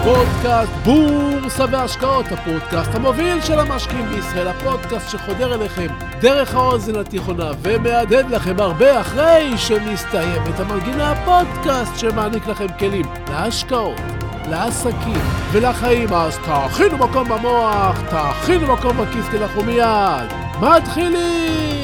פודקאסט בורסה והשקעות, הפודקאסט המוביל של המשקיעים בישראל, הפודקאסט שחודר אליכם דרך האוזן התיכונה ומעדד לכם הרבה אחרי שמסתיימת המנגינה, הפודקאסט שמעניק לכם כלים להשקעות, לעסקים ולחיים. אז תאכינו מקום במוח, תאכינו מקום בכיס, כי אנחנו מיד מתחילים.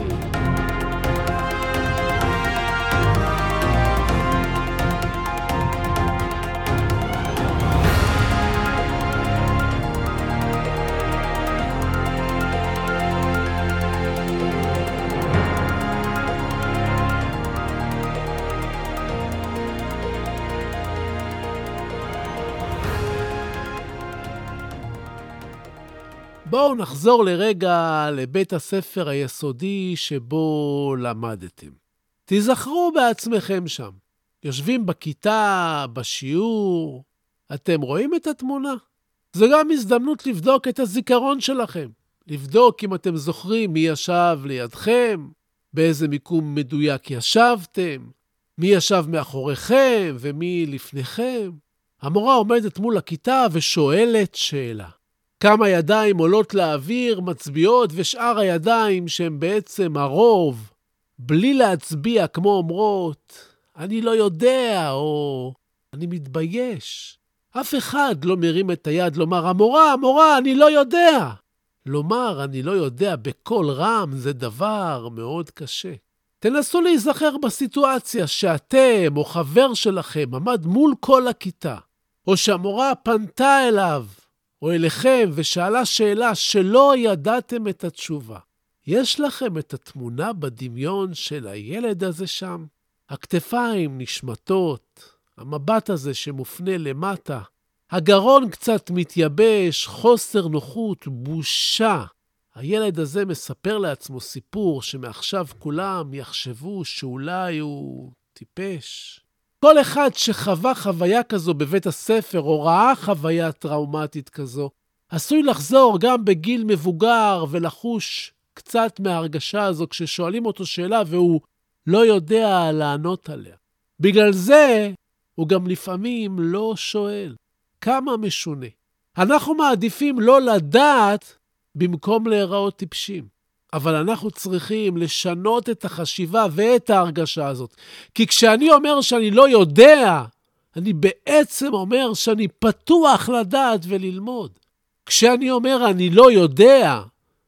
בואו נחזור לרגע לבית הספר היסודי שבו למדתם. תזכרו בעצמכם שם. יושבים בכיתה, בשיעור. אתם רואים את התמונה? זו גם הזדמנות לבדוק את הזיכרון שלכם. לבדוק אם אתם זוכרים מי ישב לידכם, באיזה מיקום מדויק ישבתם, מי ישב מאחוריכם ומי לפניכם. המורה עומדת מול הכיתה ושואלת שאלה. כמה ידיים עולות לאוויר, מצביעות, ושאר הידיים שהן בעצם הרוב, בלי להצביע כמו אומרות, אני לא יודע, או אני מתבייש. אף אחד לא מרים את היד לומר, המורה, אני לא יודע. לומר, אני לא יודע בקול רם, זה דבר מאוד קשה. תנסו להיזכר בסיטואציה שאתם או חבר שלכם עמד מול כל הכיתה, או שהמורה פנתה אליו, או אליכם ושאלה שאלה שלא ידעתם את התשובה. יש לכם את התמונה בדמיון של הילד הזה שם? הכתפיים נשמטות, המבט הזה שמופנה למטה, הגרון קצת מתייבש, חוסר נוחות, בושה. הילד הזה מספר לעצמו סיפור שמעכשיו כולם יחשבו שאולי הוא טיפש. כל אחד שחווה חוויה כזו בבית הספר, או ראה חוויה טראומטית כזו, עשוי לחזור גם בגיל מבוגר ולחוש קצת מההרגשה הזו כששואלים אותו שאלה והוא לא יודע לענות עליה. בגלל זה הוא גם לפעמים לא שואל. כמה משונה. אנחנו מעדיפים לא לדעת במקום להיראות טיפשים. אבל אנחנו צריכים לשנות את החשיבה ואת ההרגשה הזאת. כי כשאני אומר שאני לא יודע, אני בעצם אומר שאני פתוח לדעת וללמוד. כשאני אומר אני לא יודע,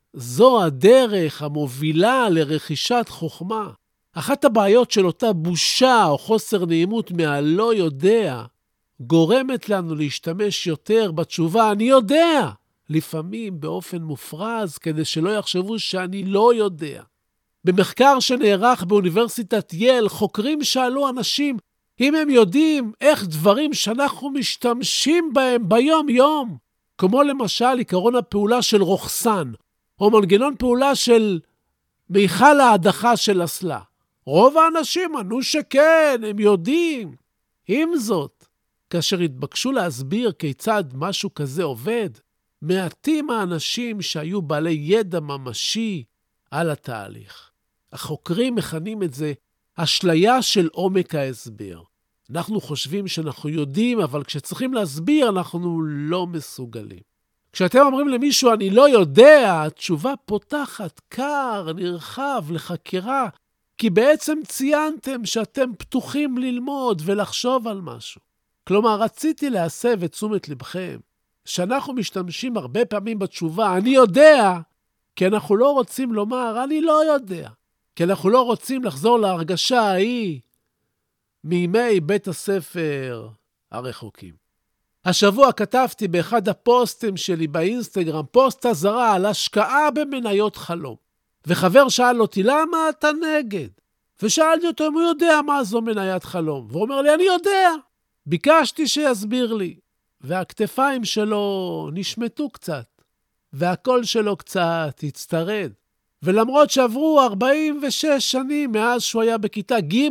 זו הדרך המובילה לרכישת חוכמה. אחת הבעיות של אותה בושה או חוסר נעימות מהלא יודע, גורמת לנו להשתמש יותר בתשובה אני יודע. לפעמים באופן מופרז, כדי שלא יחשבו שאני לא יודע. במחקר שנערך באוניברסיטת יל, חוקרים שאלו אנשים אם הם יודעים איך דברים שאנחנו משתמשים בהם ביום-יום, כמו למשל עיקרון הפעולה של רוכסן, או מנגנון פעולה של מיכל ההדחה של אסלה. רוב האנשים ענו שכן, הם יודעים. עם זאת, כאשר התבקשו להסביר כיצד משהו כזה עובד, מעטים האנשים שהיו בעלי ידע ממשי על התהליך. החוקרים מכנים את זה אשליה של עומק ההסבר. אנחנו חושבים שאנחנו יודעים, אבל כשצריכים להסביר אנחנו לא מסוגלים. כשאתם אומרים למישהו אני לא יודע, התשובה פותחת קר, נרחב לחקירה, כי בעצם ציינתם שאתם פתוחים ללמוד ולחשוב על משהו. כלומר, רציתי להסב את תשומת לבכם. שאנחנו משתמשים הרבה פעמים בתשובה, אני יודע, כי אנחנו לא רוצים לומר, אני לא יודע. כי אנחנו לא רוצים לחזור להרגשה ההיא מימי בית הספר הרחוקים. השבוע כתבתי באחד הפוסטים שלי באינסטגרם, פוסט הזרה על השקעה במניות חלום. וחבר שאל אותי, למה אתה נגד? ושאלתי אותו אם הוא יודע מה זו מניית חלום. והוא אומר לי, אני יודע. ביקשתי שיסביר לי. והכתפיים שלו נשמטו קצת, והקול שלו קצת הצטרד. ולמרות שעברו 46 שנים מאז שהוא היה בכיתה ג',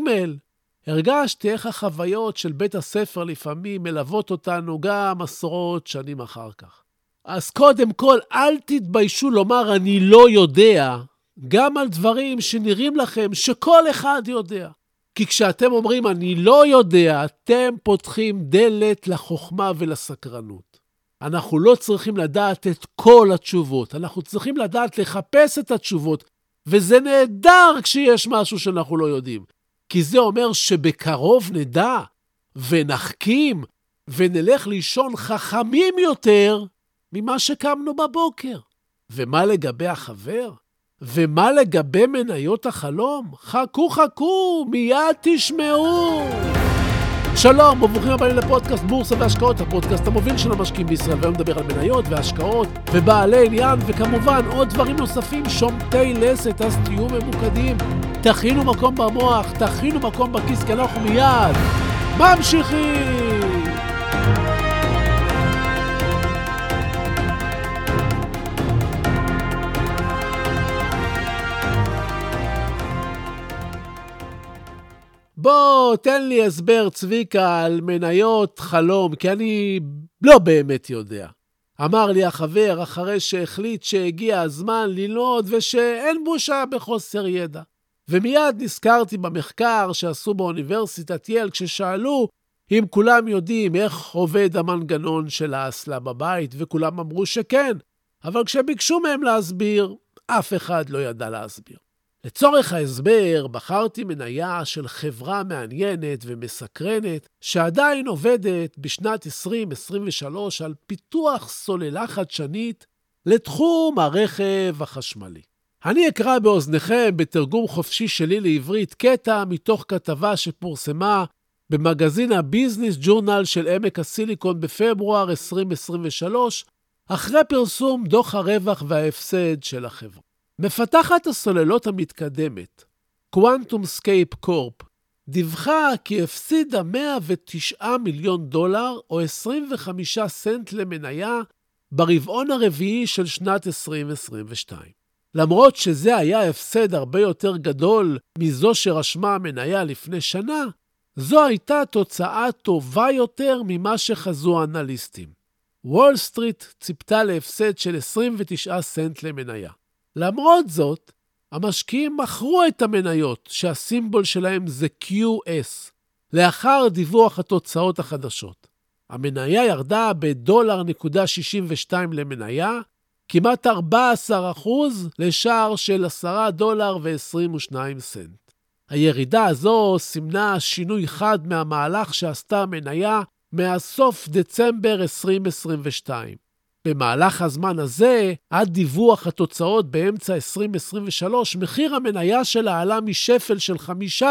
הרגשתי איך החוויות של בית הספר לפעמים מלוות אותנו גם עשרות שנים אחר כך. אז קודם כל, אל תתביישו לומר אני לא יודע, גם על דברים שנראים לכם שכל אחד יודע. כי כשאתם אומרים, אני לא יודע, אתם פותחים דלת לחוכמה ולסקרנות. אנחנו לא צריכים לדעת את כל התשובות, אנחנו צריכים לדעת לחפש את התשובות, וזה נהדר כשיש משהו שאנחנו לא יודעים. כי זה אומר שבקרוב נדע, ונחכים, ונלך לישון חכמים יותר ממה שקמנו בבוקר. ומה לגבי החבר? ומה לגבי מניות החלום? חכו, מיד תשמעו. שלום, וברוכים הבאים לפודקאסט בורסה והשקעות, הפודקאסט המוביל של המשקיעים בישראל, והיום מדבר על מניות והשקעות ובעלי עניין, וכמובן עוד דברים נוספים שומטי לסת, אז תהיו ממוקדים. תכינו מקום במוח, תכינו מקום בכיס, כי אנחנו מיד ממשיכים. בוא, תן לי הסבר, צביקה, על מניות חלום, כי אני לא באמת יודע. אמר לי החבר אחרי שהחליט שהגיע הזמן ללמוד ושאין בושה בחוסר ידע. ומיד נזכרתי במחקר שעשו באוניברסיטת יל כששאלו אם כולם יודעים איך עובד המנגנון של האסלה בבית, וכולם אמרו שכן. אבל כשביקשו מהם להסביר, אף אחד לא ידע להסביר. לצורך ההסבר, בחרתי מניה של חברה מעניינת ומסקרנת, שעדיין עובדת בשנת 2023 על פיתוח סוללה חדשנית לתחום הרכב החשמלי. אני אקרא באוזניכם בתרגום חופשי שלי לעברית קטע מתוך כתבה שפורסמה במגזין הביזנס ג'ורנל של עמק הסיליקון בפברואר 2023, אחרי פרסום דוח הרווח וההפסד של החברה. מפתחת הסוללות המתקדמת, QuantumScape Corp, דיווחה כי הפסידה $109 מיליון או 25 סנט למניה ברבעון הרביעי של שנת 2022. למרות שזה היה הפסד הרבה יותר גדול מזו שרשמה המניה לפני שנה, זו הייתה תוצאה טובה יותר ממה שחזו האנליסטים. וול סטריט ציפתה להפסד של 29 סנט למניה. למרות זאת, המשקיעים מכרו את המניות שהסימבול שלהם זה QS, לאחר דיווח התוצאות החדשות. המניה ירדה $1.62 למניה, כמעט 14% לשער של $10.22. הירידה הזו סימנה שינוי חד מהמהלך שעשתה המניה מהסוף דצמבר 2022. במהלך הזמן הזה, עד דיווח התוצאות באמצע 2023, מחיר המניה שלה עלה משפל של $5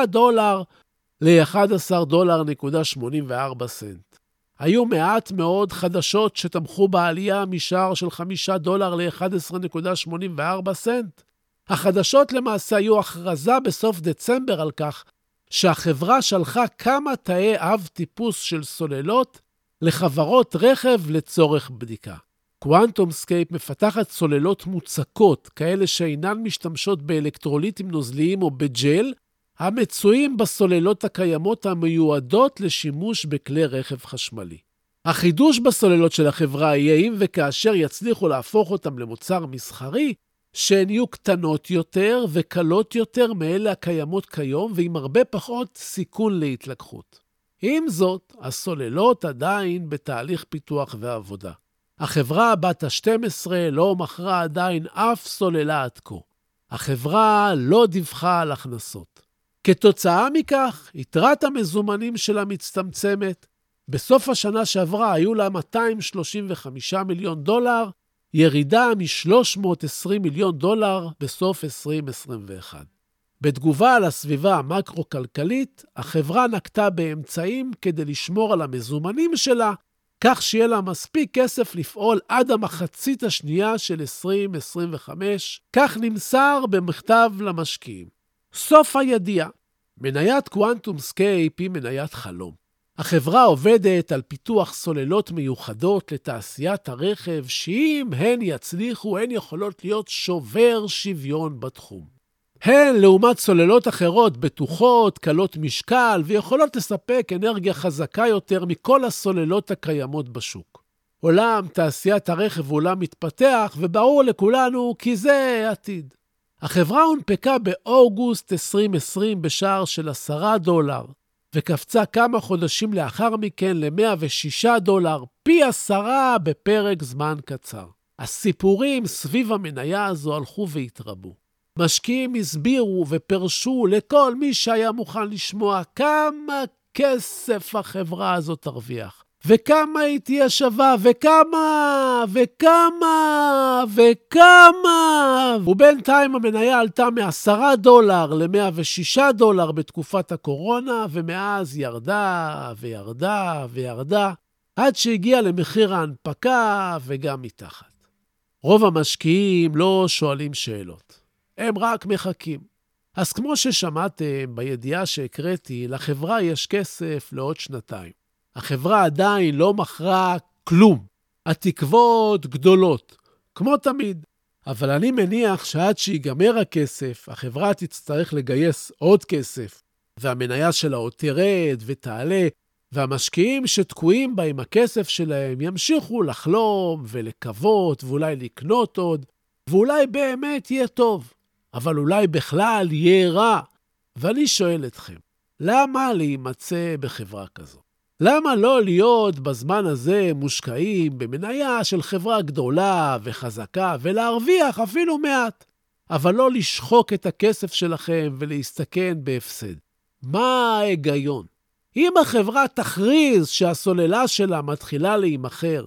ל-$11.84. היו מעט מאוד חדשות שתמכו בעלייה משער של $5 ל-$11.84. החדשות למעשה היו הכרזה בסוף דצמבר על כך שהחברה שלחה כמה תאי אב טיפוס של סוללות לחברות רכב לצורך בדיקה. QuantumScape מפתחת סוללות מוצקות, כאלה שאינן משתמשות באלקטרוליטים נוזליים או בג'ל, המצויים בסוללות הקיימות המיועדות לשימוש בכלי רכב חשמלי. החידוש בסוללות של החברה יהיה אם וכאשר יצליחו להפוך אותם למוצר מסחרי, שהן יהיו קטנות יותר וקלות יותר מאלה הקיימות כיום, ועם הרבה פחות סיכון להתלקחות. עם זאת, הסוללות עדיין בתהליך פיתוח ועבודה. החברה בת ה-12 לא מכרה עדיין אף סוללה עד כה. החברה לא דיווחה על הכנסות. כתוצאה מכך, יתרת המזומנים שלה מצטמצמת. בסוף השנה שעברה היו לה $235 מיליון, ירידה מ-$320 מיליון בסוף 2021. בתגובה על הסביבה המקרו-כלכלית, החברה נקטה באמצעים כדי לשמור על המזומנים שלה, כך שיהיה לה מספיק כסף לפעול עד המחצית השנייה של 2025, כך נמסר במכתב למשקיעים. סוף הידיעה, מניית QuantumScape היא מניית חלום. החברה עובדת על פיתוח סוללות מיוחדות לתעשיית הרכב, שאם הן יצליחו, הן יכולות להיות שובר שוויון בתחום. הן, לעומת סוללות אחרות, בטוחות, קלות משקל, ויכולות לספק אנרגיה חזקה יותר מכל הסוללות הקיימות בשוק. עולם תעשיית הרכב הוא עולם מתפתח, וברור לכולנו כי זה עתיד. החברה הונפקה באוגוסט 2020 בשער של $10, וקפצה כמה חודשים לאחר מכן $106, פי 10 בפרק זמן קצר. הסיפורים סביב המניה הזו הלכו והתרבו. משקיעים הסבירו ופרשו לכל מי שהיה מוכן לשמוע כמה כסף החברה הזאת תרוויח, וכמה היא תהיה שווה, וכמה, ובינתיים המניה עלתה $10 $106 בתקופת הקורונה, ומאז ירדה וירדה, עד שהגיעה למחיר ההנפקה וגם מתחת. רוב המשקיעים לא שואלים שאלות, הם רק מחכים. אז כמו ששמעתם בידיעה שהקראתי, לחברה יש כסף לעוד 2 החברה עדיין לא מכרה כלום. התקוות גדולות, כמו תמיד. אבל אני מניח שעד שיגמר הכסף, החברה תצטרך לגייס עוד כסף, והמניה שלה עוד תרד ותעלה, והמשקיעים שתקועים בה עם הכסף שלהם ימשיכו לחלום ולקוות ואולי לקנות עוד, ואולי באמת יהיה טוב, אבל אולי בכלל יהיה רע. ואני שואל אתכם, למה להימצא בחברה כזו? למה לא להיות בזמן הזה מושקעים במניה של חברה גדולה וחזקה ולהרוויח אפילו מעט, אבל לא לשחוק את הכסף שלכם ולהסתכן בהפסד? מה ההיגיון? אם החברה תכריז שהסוללה שלה מתחילה להימכר,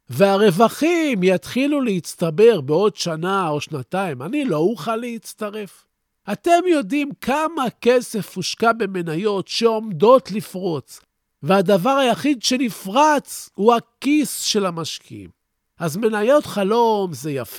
והרווחים יתחילו להצטבר בעוד שנה או 2, אני לא אוכל להצטרף. אתם יודעים כמה כסף הושקע במניות שעומדות לפרוץ, והדבר היחיד שנפרץ הוא הכיס של המשקיעים. אז מניות חלום זה יפה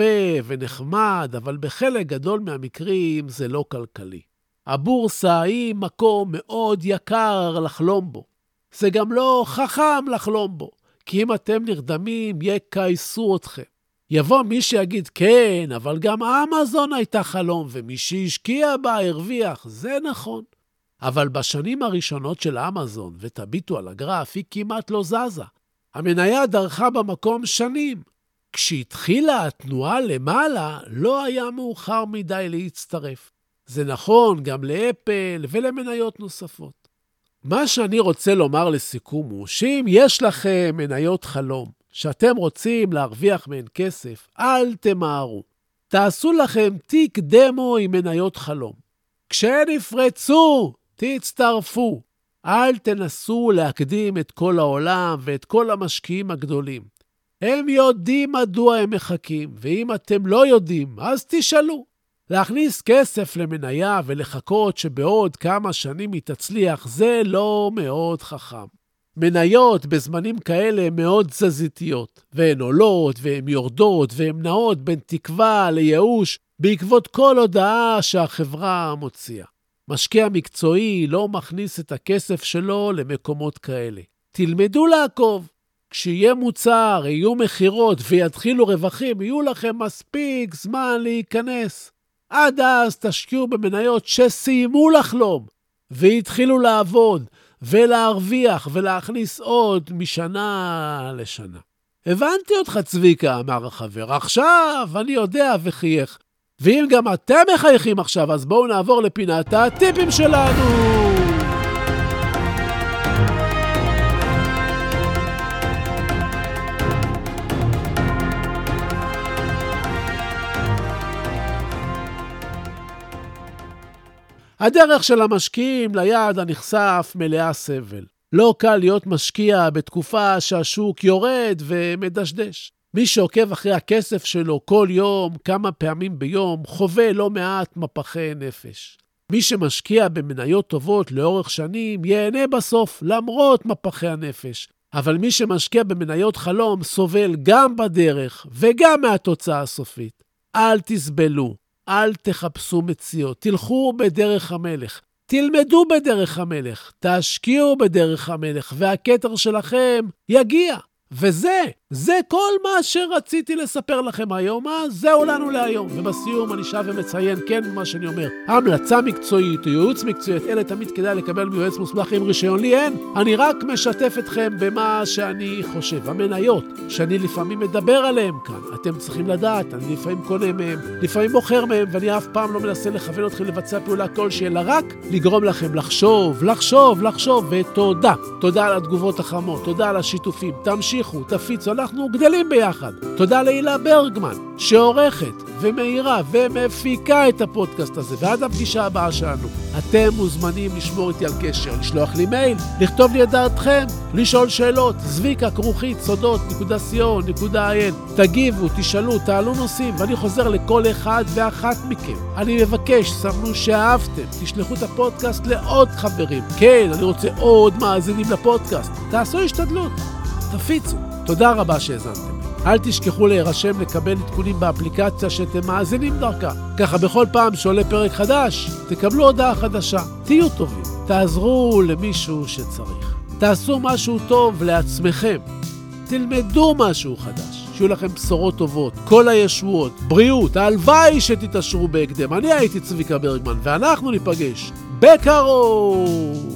ונחמד, אבל בחלק גדול מהמקרים זה לא כלכלי. הבורסה היא מקום מאוד יקר לחלום בו. זה גם לא חכם לחלום בו, כי אם אתם נרדמים, יקייסו אתכם. יבוא מי שיגיד, כן, אבל גם אמזון הייתה חלום, ומי שהשקיע בה הרוויח. זה נכון. אבל בשנים הראשונות של אמזון, ותביטו על הגרף, היא כמעט לא זזה. המניה דרכה במקום שנים. כשהתחילה התנועה למעלה, לא היה מאוחר מדי להצטרף. זה נכון גם לאפל ולמניות נוספות. מה שאני רוצה לומר לסיכום הוא, שאם יש לכם מניות חלום, שאתם רוצים להרוויח מהן כסף, אל תמהרו. תעשו לכם תיק דמו עם מניות חלום. כשהן יפרצו, תצטרפו. אל תנסו להקדים את כל העולם ואת כל המשקיעים הגדולים. הם יודעים מדוע הם מחכים, ואם אתם לא יודעים, אז תשאלו. להכניס כסף למניה ולחכות שבעוד כמה שנים היא תצליח, זה לא מאוד חכם. מניות בזמנים כאלה מאוד תזזיתיות, והן עולות והן יורדות והן נעות בין תקווה לייאוש בעקבות כל הודעה שהחברה מוציאה. משקיע מקצועי לא מכניס את הכסף שלו למקומות כאלה. תלמדו לעקוב. כשיהיה מוצר, יהיו מחירות ויתחילו רווחים, יהיו לכם מספיק זמן להיכנס. עד אז תשקיעו במניות שסיימו לחלום, והתחילו לעבוד, ולהרוויח, ולהכניס עוד משנה לשנה. הבנתי אותך צביקה, אמר החבר, עכשיו אני יודע וחייך. ואם גם אתם מחייכים עכשיו, אז בואו נעבור לפינת הטיפים שלנו. הדרך של המשקיעים ליעד הנחשף מלאה סבל. לא קל להיות משקיע בתקופה שהשוק יורד ומדשדש. מי שעוקב אחרי הכסף שלו כל יום, כמה פעמים ביום, חווה לא מעט מפחי נפש. מי שמשקיע במניות טובות לאורך שנים, ייהנה בסוף למרות מפחי הנפש. אבל מי שמשקיע במניות חלום, סובל גם בדרך וגם מהתוצאה הסופית. אל תסבלו. אל תחפשו מציאות, תלכו בדרך המלך, תלמדו בדרך המלך, תשקיעו בדרך המלך, והכתר שלכם יגיע. וזה זה כל מה שרציתי לספר לכם היום, זהו לנו להיום. ובסיום אני שב ומציין, כן, מה שאני אומר, המלצה מקצועית, ייעוץ מקצועית, אלה תמיד כדאי לקבל מיועץ מוסמך עם רישיון, לי אין. אני רק משתף אתכם במה שאני חושב. המניות שאני לפעמים מדבר עליהם כאן, אתם צריכים לדעת, אני לפעמים קונה מהם, לפעמים מוכר מהם, ואני אף פעם לא מנסה לכוון אתכם לבצע פעולה כלשהי, אלא רק לגרום לכם לחשוב, ותודה. תודה על התגובות החמות, תודה על השיתופים, תמשיכו, תפיצו, אנחנו גדלים ביחד. תודה להילה ברגמן, שעורכת ומאירה ומפיקה את הפודקאסט הזה, ועד הפגישה הבאה שלנו. אתם מוזמנים לשמור איתי על קשר, לשלוח לי מייל, לכתוב לי את דעתכם, לשאול שאלות, zvika@sodot.co.il. תגיבו, תשאלו, תעלו נושאים, ואני חוזר לכל אחד ואחת מכם. אני מבקש, סמנו שאהבתם, תשלחו את הפודקאסט לעוד חברים. כן, אני רוצה עוד מאזינים לפודקאסט. תעשו השתדלות, תפיצו. תודה רבה שהזנתם. אל תשכחו להירשם לקבל עדכונים באפליקציה שאתם מאזינים דרכה. ככה בכל פעם שעולה פרק חדש, תקבלו הודעה חדשה. תהיו טובים, תעזרו למישהו שצריך. תעשו משהו טוב לעצמכם. תלמדו משהו חדש. שיהיו לכם בשורות טובות, כל הישועות, בריאות, הלוואי שתתעשרו בהקדם. אני הייתי צביקה ברגמן, ואנחנו ניפגש בקרוב.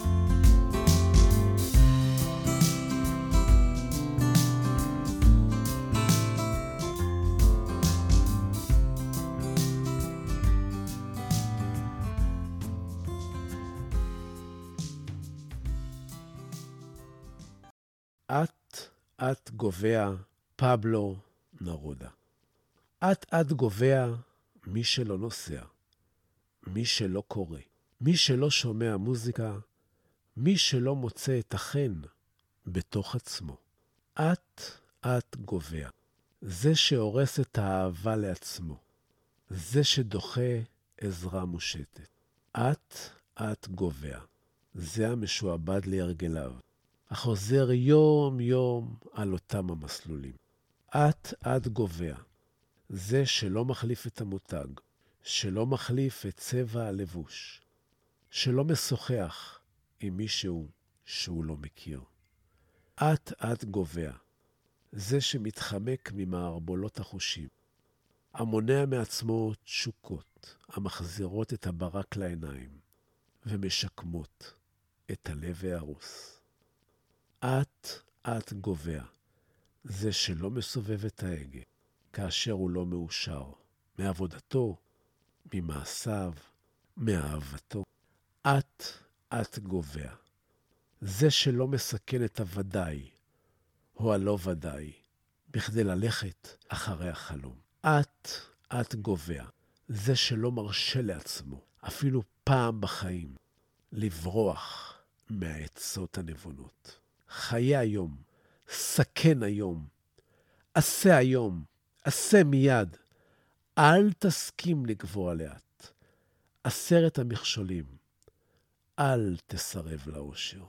את גובע פבלו נרודה. את גובע מי שלא נוסע, מי שלא קורא, מי שלא שומע מוזיקה, מי שלא מוצא את החן בתוך עצמו. את גובע. זה שהורס את האהבה לעצמו. זה שדוחה עזרה מושטת. את גובע. זה המשועבד להרגליו. החוזר יום יום על אותם המסלולים. את גובע. זה שלא מחליף את המותג, שלא מחליף את צבע הלבוש, שלא משוחח עם מישהו שהוא לא מכיר. את גובע. זה שמתחמק ממערבולות החושים, המונע מעצמו תשוקות, המחזירות את הברק לעיניים, ומשקמות את הלב ההרוס. את גובע. זה שלא מסובב את ההגה, כאשר הוא לא מאושר, מעבודתו, ממעשיו, מאהבתו. את גובע. זה שלא מסכן את הוודאי, או הלא ודאי, בכדי ללכת אחרי החלום. את גובע. זה שלא מרשה לעצמו, אפילו פעם בחיים, לברוח מהעצות הנבונות. חיה היום, סכן היום, עשה היום, עשה מיד. אל תסכים לגבוה לאט. 10 המכשולים, אל תסרב לאושר.